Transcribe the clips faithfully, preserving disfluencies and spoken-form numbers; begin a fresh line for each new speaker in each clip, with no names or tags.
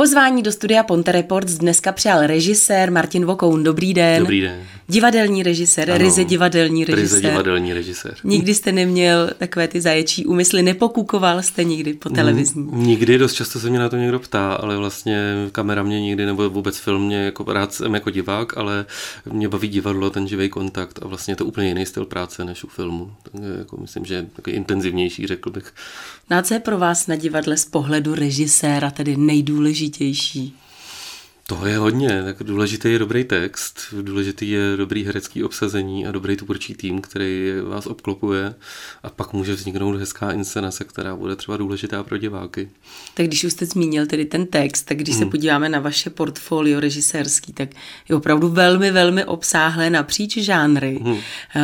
Pozvání do studia Ponte Reports dneska přijal režisér Martin Vokoun. Dobrý den.
Dobrý den.
Divadelní režisér, ano, ryze divadelní režisér.
Ryze divadelní režisér.
Nikdy jste neměl takové ty zaječí úmysly, nepokukoval jste nikdy po televizní?
Nikdy, dost často se mě na to někdo ptá, ale vlastně kamera mě nikdy, nebo vůbec film mě jako rád jsem jako divák, ale mě baví divadlo, ten živý kontakt a vlastně je to úplně jiný styl práce než u filmu. Takže jako myslím, že je takový intenzivnější, řekl bych.
No a co je pro vás na divadle z pohledu režiséra tedy nejdůležitější?
Toho je hodně, tak důležitý je dobrý text, důležitý je dobrý herecký obsazení a dobrý tvůrčí tým, který vás obklopuje a pak může vzniknout hezká inscenace, která bude třeba důležitá pro diváky.
Tak když už jste zmínil tedy ten text, tak když hmm. se podíváme na vaše portfolio režisérský, tak je opravdu velmi, velmi obsáhlé napříč žánry. Hmm. Uh,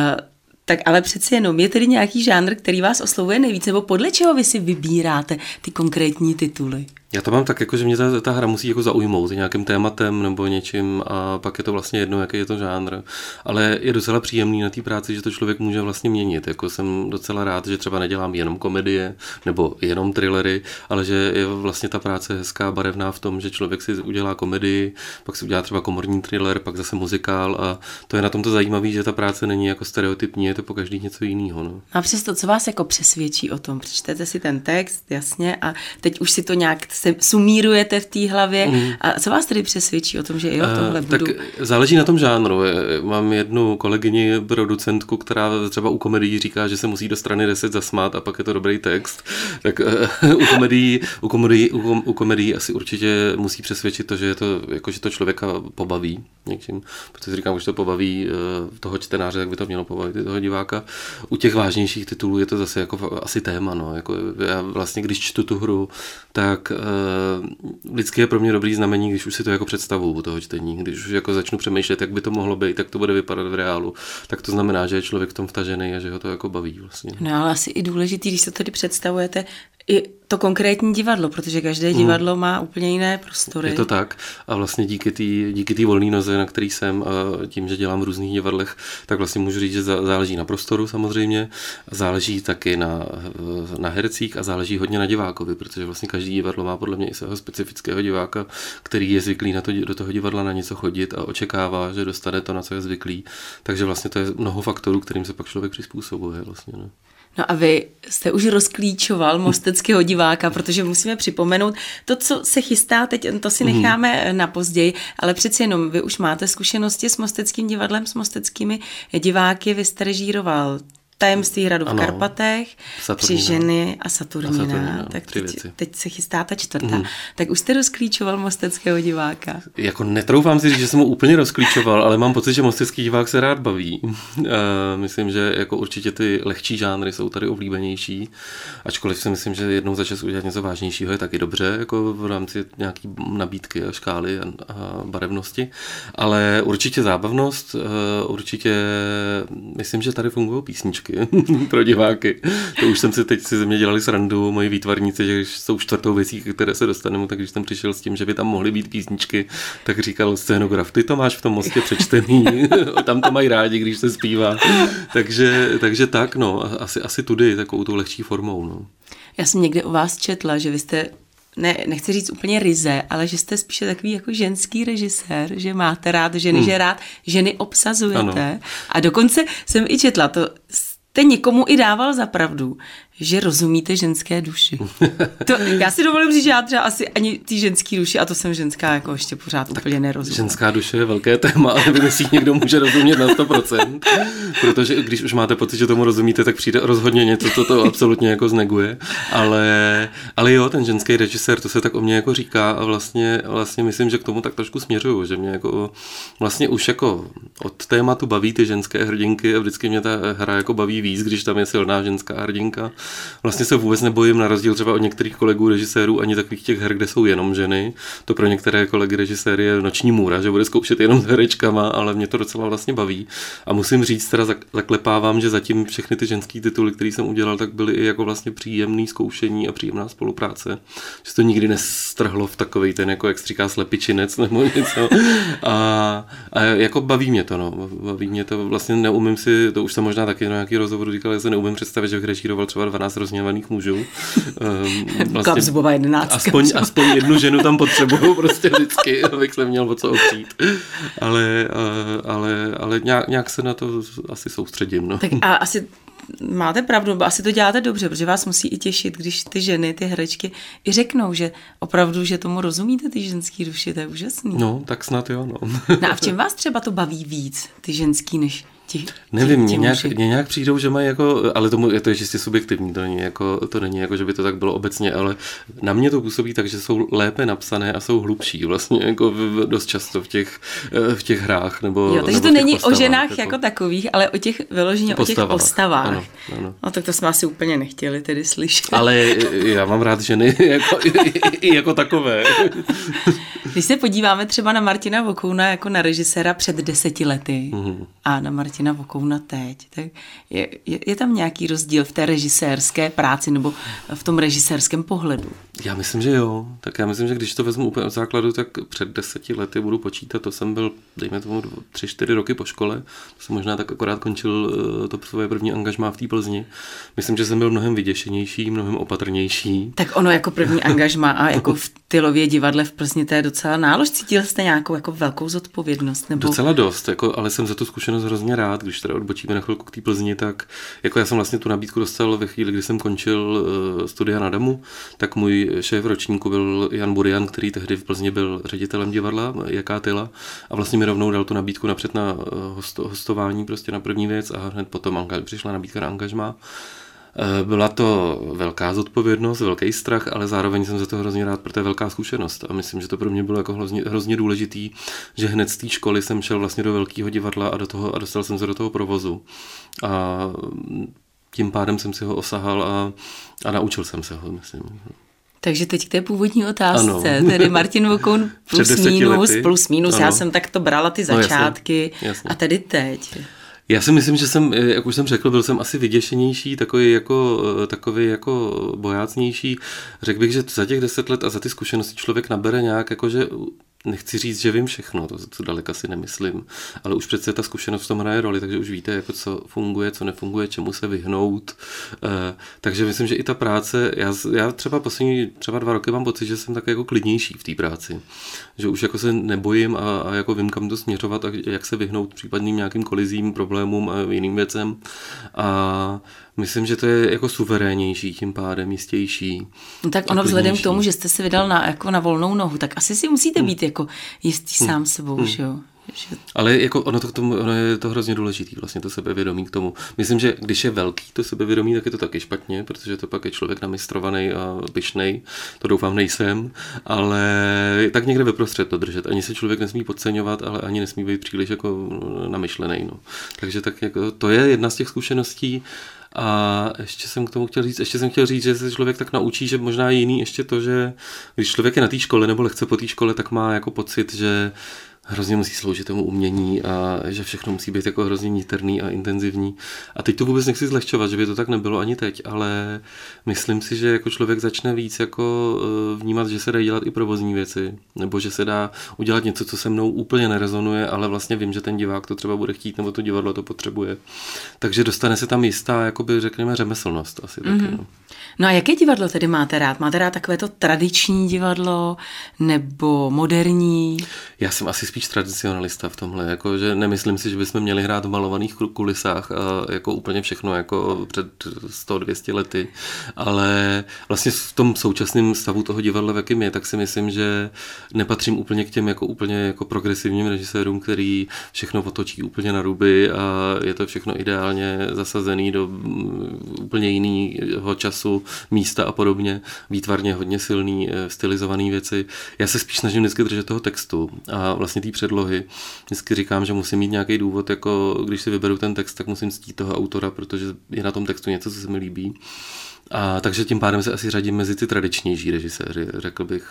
Tak ale přeci jenom, je tedy nějaký žánr, který vás oslovuje nejvíc, nebo podle čeho vy si vybíráte ty konkrétní tituly?
Já to mám tak, jako, že mě ta, ta hra musí jako zaujmout nějakým tématem nebo něčím a pak je to vlastně jedno, jaký je to žánr. Ale je docela příjemný na té práci, že to člověk může vlastně měnit. Jako jsem docela rád, že třeba nedělám jenom komedie nebo jenom thrillery, ale že je vlastně ta práce hezká, barevná v tom, že člověk si udělá komedii, pak si udělá třeba komorní thriller, pak zase muzikál a to je na tomto zajímavé, že ta práce není jako stereotypní, je to po každý něco jiného. No.
A přesto, co vás jako přesvědčí o tom? Přečtete si ten text, jasně, a teď už si to nějak se sumírujete v té hlavě. Mm. A co vás tedy přesvědčí o tom, že jo, tohle budu?
Tak záleží na tom žánru. Mám jednu kolegyni, producentku, která třeba u komedií říká, že se musí do strany deset zasmát a pak je to dobrý text. Tak u komedií, u komedií, u, u komedií asi určitě musí přesvědčit to, že, je to, jako, že to člověka pobaví něčím. Protože říkám, že to pobaví toho čtenáře, jak by to mělo pobavit toho diváka. U těch vážnějších titulů je to zase jako asi téma. No. Jako já vlastně, když čtu tu hru, tak vždycky je pro mě dobrý znamení, když už si to jako představuju u toho čtení, když už jako začnu přemýšlet, jak by to mohlo být, jak to bude vypadat v reálu, tak to znamená, že je člověk v tom vtažený a že ho to jako baví vlastně.
No ale asi i důležitý, když se tady představujete, i to konkrétní divadlo, protože každé divadlo mm. má úplně jiné prostory.
Je to tak a vlastně díky té díky té volné noze, na který jsem a tím, že dělám v různých divadlech, tak vlastně můžu říct, že záleží na prostoru samozřejmě, záleží taky na, na hercích a záleží hodně na divákovi, protože vlastně každý divadlo má podle mě i svého specifického diváka, který je zvyklý na to, do toho divadla na něco chodit a očekává, že dostane to, na co je zvyklý. Takže vlastně to je mnoho faktorů, kterým se pak člověk přizpůsobuje vlastně. No.
No a vy jste už rozklíčoval mosteckého diváka, protože musíme připomenout to, co se chystá teď, to si necháme mm. na později, ale přeci jenom vy už máte zkušenosti s mosteckým divadlem, s mosteckými diváky, vy jste režíroval Tajemství hradu v ano, Karpatech, Při ženy a Saturnina. A Saturnina tak teď, teď se chystá ta čtvrtá. Mm. Tak už jste rozklíčoval mosteckého diváka?
Jako netroufám si říct, že jsem ho úplně rozklíčoval, ale mám pocit, že mostecký divák se rád baví. Uh, myslím, že jako určitě ty lehčí žánry jsou tady oblíbenější, ačkoliv si myslím, že jednou za čas udělat něco vážnějšího je taky dobře, jako v rámci nějaký nabídky a škály a, a barevnosti. Ale určitě zábavnost, uh, určitě myslím, že tady fungují písničky pro diváky. To už jsem si teď si ze mě dělali srandu, moji výtvarníci, že když jsou čtvrtou věcí, které se dostaneme, tak když jsem přišel s tím, že by tam mohly být písničky, tak říkal scénograf, ty to máš v tom Mostě přečtený, tam to mají rádi, když se zpívá. takže, takže tak, no, asi, asi tudy, takovou tou lehčí formou. No.
Já jsem někde u vás četla, že vy jste Ne, nechci říct úplně ryze, ale že jste spíše takový jako ženský režisér, že máte rád ženy, hmm. že rád ženy obsazujete. Ano. A dokonce jsem i četla, to jste někomu i dával za pravdu, že rozumíte ženské duši. To, já si dovolím říct, že já třeba asi ani ty ženský duši, a to jsem ženská, jako ještě pořád tak úplně nerozumím.
Ženská duše je velké téma, ale nevím, jestli někdo může rozumět na sto procent, protože když už máte pocit, že tomu rozumíte, tak přijde rozhodně něco, co to absolutně jako zneguje, ale, ale jo, ten ženský režisér, to se tak o mě jako říká a vlastně, vlastně myslím, že k tomu tak trošku směřuju, že mě jako vlastně už jako od tématu baví ty ženské hrdinky a vždycky mě ta hra jako baví víc, když tam je silná ženská hrdinka. Vlastně se vůbec nebojím, na rozdíl třeba od některých kolegů režisérů, ani takových těch her, kde jsou jenom ženy. To pro některé kolegy režiséry je noční můra, že bude zkoušet jenom s herečkama, ale mě to docela vlastně baví. A musím říct, teda zaklepávám, že zatím všechny ty ženský tituly, které jsem udělal, tak byly i jako vlastně příjemný zkoušení a příjemná spolupráce. Že to nikdy nestrhlo v takovej ten, jako jak se říká, slepičinec nebo něco. A, a jako baví mě to, no. Baví mě to, vlastně neumím si, to už jsem možná taky na nějaký rozhovor říkal, že se neumím představit, že bych režíroval třeba dvanáct rozhněvaných mužů. Um,
vlastně Kapsbova jedenáctka.
Aspoň, aspoň jednu ženu tam potřebuju prostě vždycky, abych se měl o co opřít. Ale, ale, ale nějak, nějak se na to asi soustředím. No.
Tak a asi máte pravdu, asi to děláte dobře, protože vás musí i těšit, když ty ženy, ty herečky i řeknou, že opravdu, že tomu rozumíte, ty ženský duši, to je úžasný.
No, tak snad jo, no.
No a v čem vás třeba to baví víc, ty ženský, než ti,
Nevím,
ti,
mě nějak, mě nějak přijdou, že mají jako, ale tomu je to čistě subjektivní, to není, jako, to není jako, že by to tak bylo obecně, ale na mě to působí tak, že jsou lépe napsané a jsou hlubší vlastně jako v, dost často v těch, v těch hrách. Nebo,
jo, takže
nebo
to není
postavách,
o ženách
jako,
jako takových, ale o těch vyloženě o těch postavách.
Ano, ano.
No tak to jsme asi úplně nechtěli tedy slyšet.
Ale já mám rád ženy jako, i jako takové.
Když se podíváme třeba na Martina Vokouna jako na režiséra před deseti lety mm. a na Martina Vokouna teď, tak je, je, je tam nějaký rozdíl v té režisérské práci nebo v tom režisérském pohledu?
Já myslím, že jo. Tak já myslím, že když to vezmu úplně od základu, tak před deseti lety budu počítat, to jsem byl, dejme tomu, tři, čtyři roky po škole, to jsem možná tak akorát končil to svoje první angažmá v té Plzni. Myslím, že jsem byl mnohem vyděšenější, mnohem opatrnější.
Tak ono jako první angažmá a jako v Tylově divadle v Plzni, to je docela nálož. Cítil jste nějakou jako velkou zodpovědnost? Nebo...
Docela dost, jako, ale jsem za tu zkušenost hrozně rád. Když teda odbočíme na chvilku k té Plzni, tak jako já jsem vlastně tu nabídku dostal ve chvíli, kdy jsem končil uh, studia na Damu, tak můj šéf ročníku byl Jan Burian, který tehdy v Plzni byl ředitelem divadla, Jaká Tyla, a vlastně mi rovnou dal tu nabídku napřed na uh, host, hostování prostě na první věc a hned potom angaž, přišla nabídka na angažmá. Byla to velká zodpovědnost, velký strach, ale zároveň jsem za to hrozně rád, protože to je velká zkušenost a myslím, že to pro mě bylo jako hrozně, hrozně důležitý, že hned z té školy jsem šel vlastně do velkého divadla a, do toho, a dostal jsem se do toho provozu. A tím pádem jsem si ho osahal a, a naučil jsem se ho, myslím.
Takže teď k té původní otázce, ano. Tedy Martin Vokoun plus minus, plus minus, ano. Já jsem tak to brala ty začátky no, jasně, jasně. A tedy teď.
Já si myslím, že jsem, jak už jsem řekl, byl jsem asi vyděšenější, takový jako, takový jako bojácnější. Řekl bych, že za těch deset let a za ty zkušenosti člověk nabere nějak, jakože nechci říct, že vím všechno, to, to daleka si nemyslím, ale už přece ta zkušenost v tom hraje roli, takže už víte, jako co funguje, co nefunguje, čemu se vyhnout. E, takže myslím, že i ta práce, já, já třeba poslední třeba dva roky mám pocit, že jsem tak jako klidnější v té práci, že už jako se nebojím a, a jako vím, kam to směřovat a jak se vyhnout případným nějakým kolizím, problémům a jiným věcem. A myslím, že to je jako suverénnější, tím pádem jistější.
No tak ono vzhledem k tomu, že jste se vydal na, jako na volnou nohu, tak asi si musíte být hmm. jako jistý hmm. sám sebou, hmm. že jo? Že...
Ale jako ono, to k tomu, ono je to hrozně důležitý, vlastně to sebevědomí k tomu. Myslím, že když je velký to sebevědomí, tak je to taky špatně, protože to pak je člověk namistrovaný a pyšnej, to doufám nejsem, ale tak někde veprostřed to držet. Ani se člověk nesmí podceňovat, ale ani nesmí být příliš jako namyšlený. No. Takže tak jako, to je jedna z těch zkušeností. A ještě jsem k tomu chtěl říct, ještě jsem chtěl říct, že se člověk tak naučí, že možná je jiný ještě to, že když člověk je na té škole nebo lehce po té škole, tak má jako pocit, že hrozně musí sloužit tomu umění a že všechno musí být jako hrozně niterný a intenzivní. A teď to vůbec nechci zlehčovat, že by to tak nebylo ani teď, ale myslím si, že jako člověk začne víc jako vnímat, že se dá dělat i provozní věci, nebo že se dá udělat něco, co se mnou úplně nerezonuje, ale vlastně vím, že ten divák to třeba bude chtít, nebo to divadlo to potřebuje. Takže dostane se tam jistá, jakoby řekněme, řemeslnost asi mm-hmm. taky. No.
No a jaké divadlo tedy máte rád? Máte rád takové to tradiční divadlo nebo moderní? Já
jsem asi spíš tradicionalista v tomhle, jako, že nemyslím si, že bychom měli hrát v malovaných kulisách a jako úplně všechno jako před sto dvě stě lety, ale vlastně v tom současném stavu toho divadla, v jakým je, tak si myslím, že nepatřím úplně k těm jako úplně jako progresivním režisérům, který všechno otočí úplně na ruby a je to všechno ideálně zasazený do úplně jiného času, místa a podobně, výtvarně hodně silný, stylizovaný věci. Já se spíš snažím vždycky držet toho textu a vlastně té předlohy. Vždycky říkám, že musím mít nějaký důvod, jako když si vyberu ten text, tak musím ctít toho autora, protože je na tom textu něco, co se mi líbí. A takže tím pádem se asi řadím mezi ty tradičnější režiséři, řekl bych.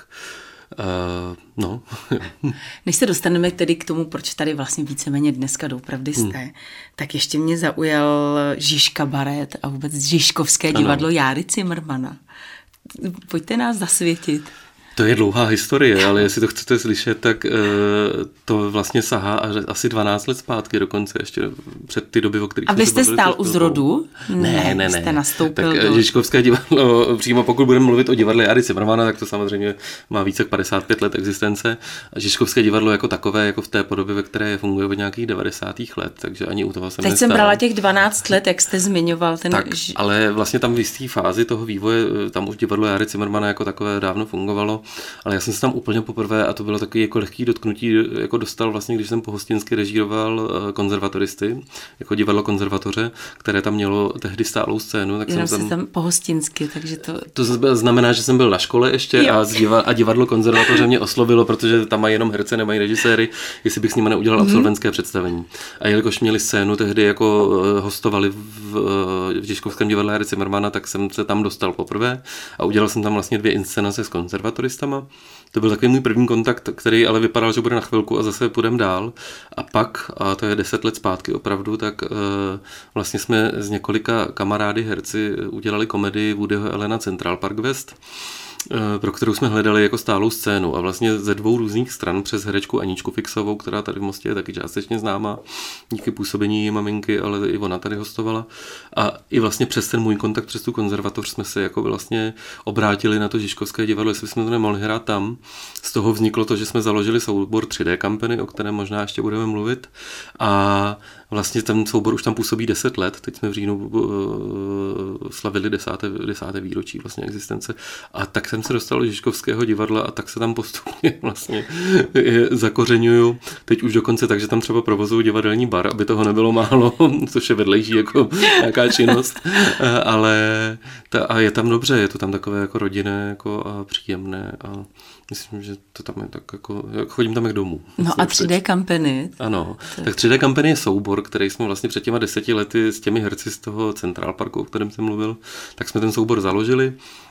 Uh, no.
Než se dostaneme tedy k tomu, proč tady vlastně víceméně dneska doopravdy jste, hmm. tak ještě mě zaujal Žižka Baret a vůbec Žižkovské divadlo ano. Járy Cimrmana. Pojďte nás zasvětit.
To je dlouhá historie, ale jestli to chcete slyšet, tak uh, to vlastně sahá až asi dvanáct let zpátky dokonce, ještě před ty doby, o kterých
A vy jste stál u zrodu?
Ne, ne, ne.
Jste nastoupil
tak
do...
Žižkovské divadlo, přímo pokud budeme mluvit o divadle Járy Cimrmana, tak to samozřejmě má více jak padesát pět let existence. A Žižkovské divadlo jako takové, jako v té podobě, ve které funguje od nějakých devadesátých let, takže ani u toho jsem
Teď
nestál.
jsem brala těch dvanáct let, jak jste zmiňoval. Ten...
Tak, ale vlastně tam v jisté fázi toho vývoje, tam už divadlo Járy Cimrmana jako takové dávno fungovalo, ale já jsem se tam úplně poprvé, a to bylo takový jako lehký dotknutí, jako dostal vlastně, když jsem pohostinsky režíroval konzervatoristy, jako divadlo konzervatoře, které tam mělo tehdy stálou scénu. Tak
Jenom
jsem tam,
tam pohostinsky, takže to...
To znamená, že jsem byl na škole ještě a, diva, a divadlo konzervatoře mě oslovilo, protože tam mají jenom herce, nemají režiséry, jestli bych s nimi neudělal mm-hmm. absolventské představení. A jelikož měli scénu tehdy jako hostovali v, v Žižkovském divadle Járy Cimrmana, tak jsem se tam dostal poprvé a udělal jsem tam vlastně dvě inscenace s konzervatoristama. To byl takový můj první kontakt, který ale vypadal, že bude na chvilku a zase půjdem dál. A pak, a to je deset let zpátky opravdu, tak e, vlastně jsme s několika kamarády herci udělali komedii Woodyho Allena Central Park West, pro kterou jsme hledali jako stálou scénu a vlastně ze dvou různých stran přes herečku Aničku Fixovou, která tady v Mostě je taky částečně známá díky působení její maminky, ale i ona tady hostovala, a i vlastně přes ten můj kontakt přes tu konzervatoř jsme se jako vlastně obrátili na to Žižkovské divadlo, jestli jsme to nemohli hrát tam. Z toho vzniklo to, že jsme založili soubor tři dé Company, o kterém možná ještě budeme mluvit, a vlastně ten soubor už tam působí deset let, teď jsme v říjnu uh, slavili desáté, desáté výročí vlastně existence, a tak jsem se dostal do Žižkovského divadla a tak se tam postupně vlastně zakořeňuju. Teď už dokonce tak, že tam třeba provozuju divadelní bar, aby toho nebylo málo, což je vedlejší jako nějaká činnost, ale ta, a je tam dobře, je to tam takové jako rodinné jako a příjemné a myslím, že to tam je tak jako, chodím tam jak domů.
No a tři dé Company.
Ano, tak tři dé Company je soubor, který jsme vlastně před těma deseti lety s těmi herci z toho Central Parku, o kterém jsem mluvil, tak jsme ten soubor založili.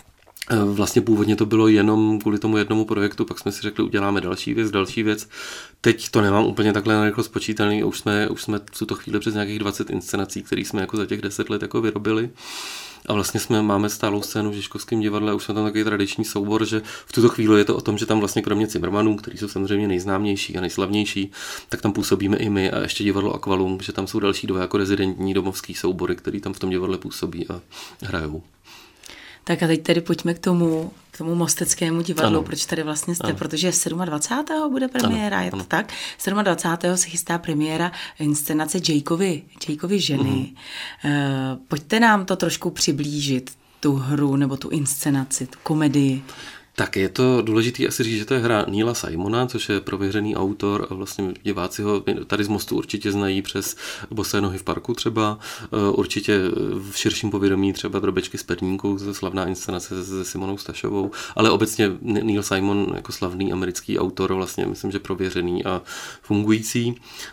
Vlastně původně to bylo jenom kvůli tomu jednomu projektu, pak jsme si řekli, uděláme další věc, další věc. Teď to nemám úplně takhle narychlo spočítaný, už jsme, už jsme v tuto chvíli přes nějakých dvacet inscenací, které jsme jako za těch deset let jako vyrobili. A vlastně jsme máme stálou scénu v Žižkovském divadle, už jsme tam takový tradiční soubor, že v tuto chvíli je to o tom, že tam vlastně kromě Cimrmanů, kteří jsou samozřejmě nejznámější a nejslavnější, tak tam působíme i my a ještě divadlo Aqualung, že tam jsou další dva jako rezidentní domovský soubory, který tam v tom divadle působí a hrajou. Tak
a teď tedy pojďme k tomu, k tomu Mosteckému divadlu, ano. Proč tady vlastně jste, ano. Protože dvacátého sedmého bude premiéra, ano. Je to ano. tak? dvacátého sedmého se chystá premiéra inscenace Jakeovy, Jakeovy ženy. Mm-hmm. Uh, pojďte nám to trošku přiblížit, tu hru nebo tu inscenaci, tu komedii.
Tak je to důležité asi říct, že to je hra Neila Simona, což je prověřený autor a vlastně diváci ho tady z Mostu určitě znají přes Bosé nohy v parku třeba, určitě v širším povědomí třeba Drobečky z Perníku, slavná inscenace se Simonou Stašovou, ale obecně Neil Simon jako slavný americký autor, vlastně myslím, že prověřený a fungující.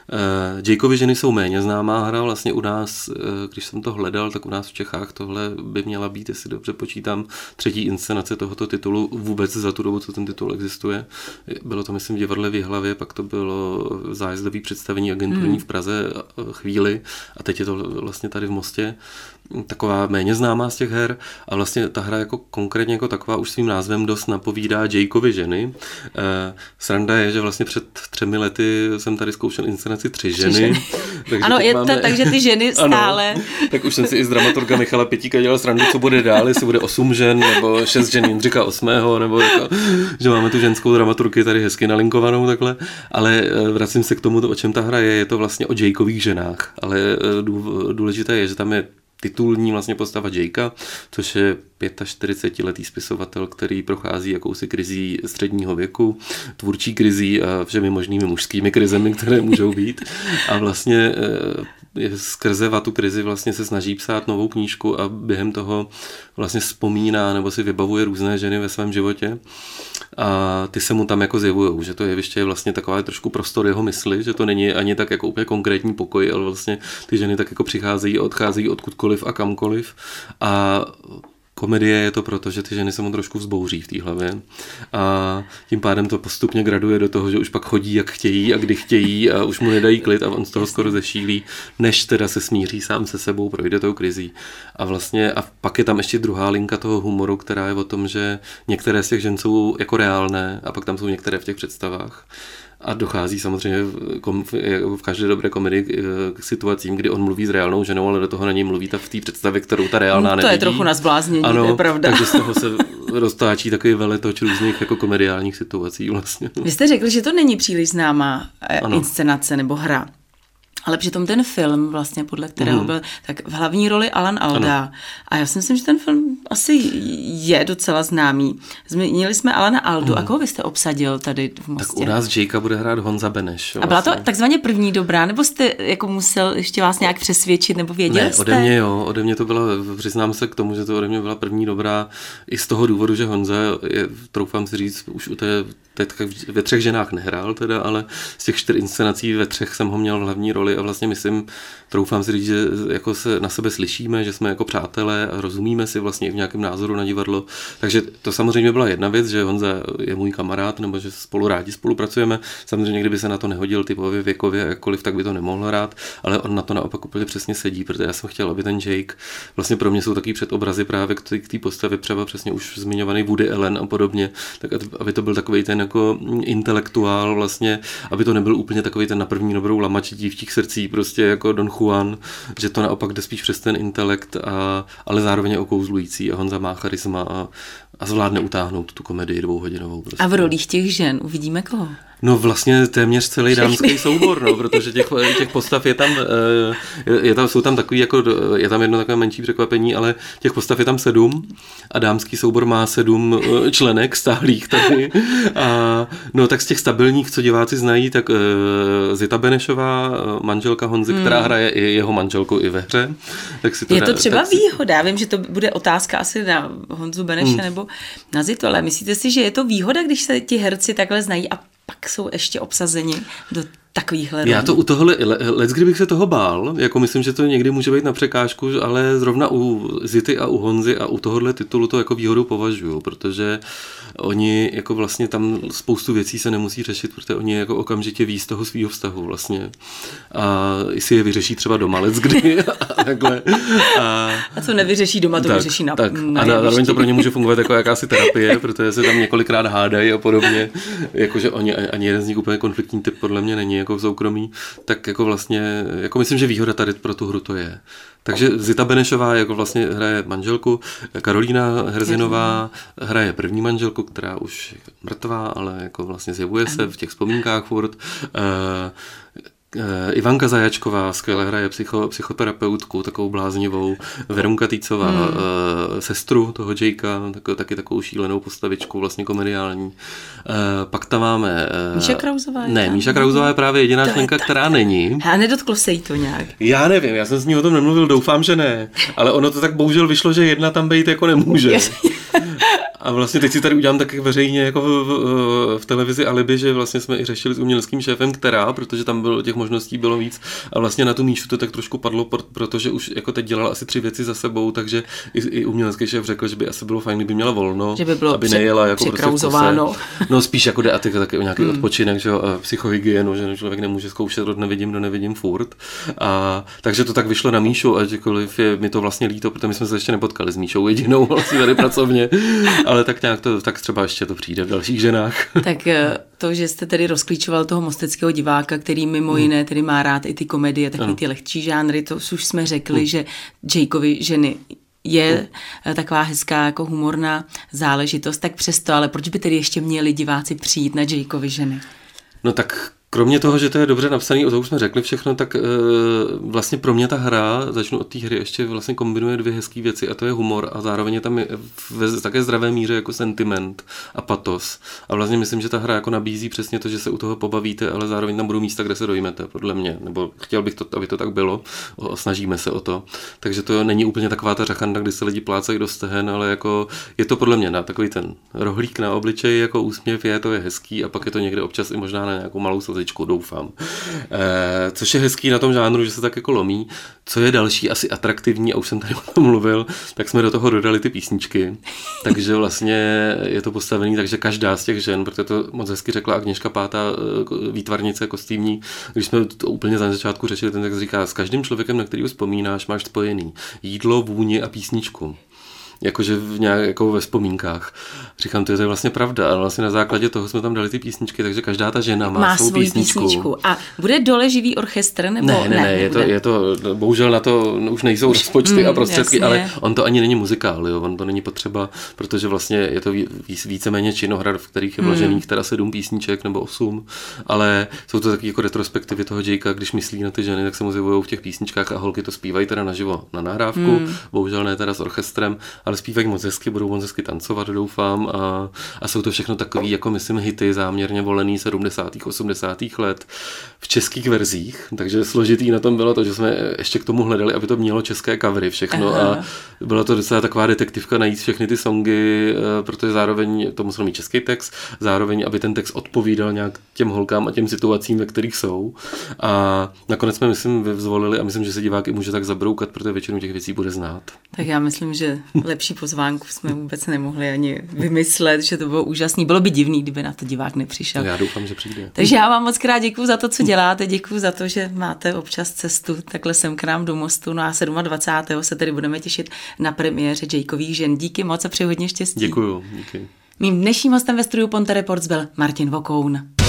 Jakeovy ženy jsou méně známá hra, vlastně u nás, když jsem to hledal, tak u nás v Čechách tohle by měla být, jestli dobře počítám, třetí inscenace tohoto titulu vůbec za tu dobu, co ten titul existuje. Bylo to, myslím, v divadle v Jihlavě, pak to bylo zájezdové představení agenturní hmm. v Praze chvíli a teď je to vlastně tady v Mostě. Taková méně známá z těch her a vlastně ta hra jako konkrétně jako taková už svým názvem dost napovídá Jakeovy ženy. E, sranda je, že vlastně před třemi lety jsem tady zkoušel inscenaci Tři ženy. Tři ženy.
Takže ano, je máme... to tak, že ty ženy stále...
Ano, tak už jsem si i z dramaturga Michala Pětíka dělal srandu, co bude dál, jestli bude osm žen nebo šest žen Jindřicha osmého nebo jako, že máme tu ženskou dramaturky tady hezky nalinkovanou takhle, ale vracím se k tomu, o čem ta hra je, je to vlastně o Jakeových ženách, ale důležité je, že tam je titulní vlastně postava Jakea, což je čtyřicetiletý spisovatel, který prochází jakousi krizí středního věku, tvůrčí krizí a všemi možnými mužskými krizemi, které můžou být. A vlastně skrze tu krizi vlastně se snaží psát novou knížku a během toho vlastně vzpomíná nebo si vybavuje různé ženy ve svém životě. A ty se mu tam jako zjevujou, že to jeviště je vlastně taková trošku prostor jeho mysli, že to není ani tak jako úplně konkrétní pokoj, ale vlastně ty ženy tak jako přicházejí a odcházejí odkudkoliv a kamkoliv. A komedie je to proto, že ty ženy se mu trošku vzbouří v té hlavě a tím pádem to postupně graduje do toho, že už pak chodí jak chtějí a kdy chtějí a už mu nedají klid a on z toho skoro zešílí, než teda se smíří sám se sebou, projde tou krizí. A vlastně a pak je tam ještě druhá linka toho humoru, která je o tom, že některé z těch žen jsou jako reálné a pak tam jsou některé v těch představách. A dochází samozřejmě v každé dobré komedii k situacím, kdy on mluví s reálnou ženou, ale do toho na něj mluví ta v té představě, kterou ta reálná
to
nevidí.
To je trochu na zbláznění,
ano,
to je pravda.
Takže z toho se roztáčí takový veletoč různých jako komediálních situací vlastně.
Vy jste řekl, že to není příliš známá ano. inscenace nebo hra. Ale přitom ten film, vlastně podle kterého mm. byl, tak v hlavní roli Alan Alda. Ano. A já si myslím, že ten film asi je docela známý. Zmínili jsme Alana Aldu. Mm. A koho vy jste obsadil tady v Mostě?
Tak u nás Jakea bude hrát Honza Beneš.
A byla to takzvaně první dobrá, nebo jste jako musel ještě vás nějak přesvědčit, nebo věděl
ne,
jste?
ode mě jo, ode mě to byla, přiznám se k tomu, že to ode mě byla první dobrá i z toho důvodu, že Honza je, troufám si říct, už u té teďka ve třech ženách nehrál teda, ale z těch čtyř inscenací ve třech jsem ho měl v hlavní roli a vlastně myslím, troufám si říct, že jako se na sebe slyšíme, že jsme jako přátelé a rozumíme si vlastně i v nějakém názoru na divadlo. Takže to samozřejmě byla jedna věc, že Honza je můj kamarád, nebo že spolu rádi spolupracujeme. Samozřejmě, kdyby se na to nehodil typově věkově jakkoliv, tak by to nemohl hrát, ale on na to naopak úplně přesně sedí, protože já jsem chtěl, aby ten Jake, vlastně pro mě jsou takový předobrazy právě k té postavě, třeba přesně už zmiňovaný Woody Allen a podobně, tak aby to byl takový ten jako intelektuál vlastně, aby to nebyl úplně takový ten na první dobrou lamač dívčích srdcí, prostě jako Don Juan, že to naopak jde spíš přes ten intelekt, a, ale zároveň je okouzlující a Honza má charisma a, a zvládne utáhnout tu komedii dvouhodinovou. Prostě.
A v rolích těch žen uvidíme koho?
No vlastně téměř celý dámský soubor, no, protože těch, těch postav je tam, je tam, jsou tam takový, jako, je tam jedno takové menší překvapení, ale těch postav je tam sedm a dámský soubor má sedm členek stálých tady. A no tak z těch stabilních, co diváci znají, tak uh, Zita Benešová, manželka Honzy, hmm. která hraje i jeho manželku i ve hře. Tak si to
je to
dá,
třeba
si...
výhoda, vím, že to bude otázka asi na Honzu Beneše hmm. nebo na Zitu, ale myslíte si, že je to výhoda, když se ti herci takhle znají a pak jsou ještě obsazeni do takovýchhle rolí?
Já to u tohohle, lec kdybych se toho bál, jako myslím, že to někdy může být na překážku, ale zrovna u Zity a u Honzy a u tohohle titulu to jako výhodu považuju, protože oni jako vlastně tam spoustu věcí se nemusí řešit, protože oni jako okamžitě ví z toho svýho vztahu vlastně. A si je vyřeší třeba doma lec kdy a takhle. A,
a co nevyřeší doma, to
tak,
vyřeší na,
tak.
na
A zároveň to pro ně může fungovat jako jakási terapie, protože se tam několikrát hádají a podobně. Jakože oni, ani jeden z nich úplně konfliktní typ podle mě není jako v soukromí, tak jako vlastně, jako myslím, že výhoda tady pro tu hru to je. Takže Zita Benešová jako vlastně hraje manželku, Karolína Herzinová hraje první manželku, která už je mrtvá, ale jako vlastně zjevuje se v těch vzpomínkách furt. Uh, Ivanka Zajačková skvěle hraje psycho, psychoterapeutku, takovou bláznivou, Verunka Týcová, hmm. uh, sestru toho Jakea, tak, taky takovou šílenou postavičku, vlastně komediální. Uh, pak tam máme... Uh,
Míša Krauzová?
Ne, Míša Krauzová je právě jediná členka, která není.
A nedotklo se jí to nějak?
Já nevím, já jsem s ní o tom nemluvil, doufám, že ne. Ale ono to tak bohužel vyšlo, že jedna tam být jako nemůže. A vlastně teď si tady udělám tak veřejně jako v, v, v televizi alibi, že vlastně jsme i řešili s uměleckým šéfem, která, protože tam bylo těch možností bylo víc a vlastně na tu Míšu to tak trošku padlo, protože už jako teď dělala asi tři věci za sebou, takže i, i umělecký šéf řekl, že by asi bylo fajn, kdyby měla volno,
že by bylo
aby nejela jako prostě
no
spíš jako jde a tak, taky o nějaký hmm. odpočinek, že jo, a psychohygienu, že člověk nemůže zkoušet od nevidím do nevidím furt. A takže to tak vyšlo na Míšu, a kdykoliv je mi to vlastně líto, protože my jsme se ještě nepotkali s Míšou jedinou vlastně tady pracovně. Ale tak nějak to, tak třeba ještě to přijde v dalších ženách.
Tak to, že jste tedy rozklíčoval toho mosteckého diváka, který mimo jiné tedy má rád i ty komedie, taky ano. ty lehčí žánry, to už jsme řekli, hmm. že Jakeovi ženy je hmm. taková hezká jako humorná záležitost, tak přesto, ale proč by tedy ještě měli diváci přijít na Jakeovi ženy?
No tak kromě toho, že to je dobře napsaný, o to už jsme řekli všechno, tak e, vlastně pro mě ta hra, začnu od té hry, ještě vlastně kombinuje dvě hezké věci a to je humor a zároveň je tam v také zdravé míře jako sentiment a patos. A vlastně myslím, že ta hra jako nabízí přesně to, že se u toho pobavíte, ale zároveň tam budou místa, kde se dojmete, podle mě. Nebo chtěl bych to, aby to tak bylo, o, snažíme se o to. Takže to není úplně taková ta řachanda, kdy se lidi plácají do stehen, ale jako je to podle mě na takový ten rohlík na obličeji, jako úsměv je, to je hezký a pak je to někde občas i možná na nějakou malou slzy chviličku, doufám. E, což je hezký na tom žánru, že se tak jako lomí. Co je další asi atraktivní, a už jsem tady o tom mluvil, tak jsme do toho dodali ty písničky. Takže vlastně je to postavený, takže každá z těch žen, protože to moc hezky řekla Agněška Pátá, výtvarnice kostýmní, když jsme to úplně za začátku řešili, ten tak říká, s každým člověkem, na kterýho vzpomínáš, máš spojený jídlo, vůni a písničku. Jakože v nějak, jako ve vzpomínkách. Říkám, to je, to je vlastně pravda, ale vlastně na základě toho jsme tam dali ty písničky, takže každá ta žena má,
má
svou písničku.
písničku. A bude dole živý orchestr? Nebo
ne, ne, ne, ne je, to, je to, bohužel na to už nejsou už, rozpočty mm, a prostředky, jasně. Ale on to ani není muzikál, jo, on to není potřeba, protože vlastně je to víc, víceméně činohra, v kterých je vložených mm. teda sedm písniček nebo osm, ale jsou to taky jako retrospektivy toho Jakea, když myslí na ty ženy, tak se mu zjevujou v těch písničkách a holky to zpívají teda naživo na nahrávku, mm. bohužel ne teda s orchestrem, ale zpívají moc hezky, budou moc hezky tancovat, doufám, a, a jsou to všechno takový, jako myslím, hity záměrně volený sedmdesátých osmdesátých let v českých verzích, takže složitý na tom bylo to, že jsme ještě k tomu hledali, aby to mělo české covery všechno. Aha. A byla to docela taková detektivka najít všechny ty songy, protože zároveň to musel mít český text, zároveň, aby ten text odpovídal nějak těm holkám a těm situacím, ve kterých jsou. A nakonec jsme, myslím, zvolili a myslím, že se divák i může tak zabroukat, protože většinu těch věcí bude znát.
Tak já myslím, že lepší pozvánku jsme vůbec nemohli ani vymyslet, že to bylo úžasný. Bylo by divný, kdyby na to divák nepřišel.
Já doufám, že přijde.
Takže já vám moc krát děkuju za to, co děláte, děkuju za to, že máte občas cestu takhle sem k nám do Mostu. No a dvacátého sedmého se tedy budeme těšit na premiéře Jakeových žen. Díky moc a přeji hodně štěstí.
Děkuju, díky.
Mým dnešním hostem ve studiu Ponte Reports byl Martin Vokoun.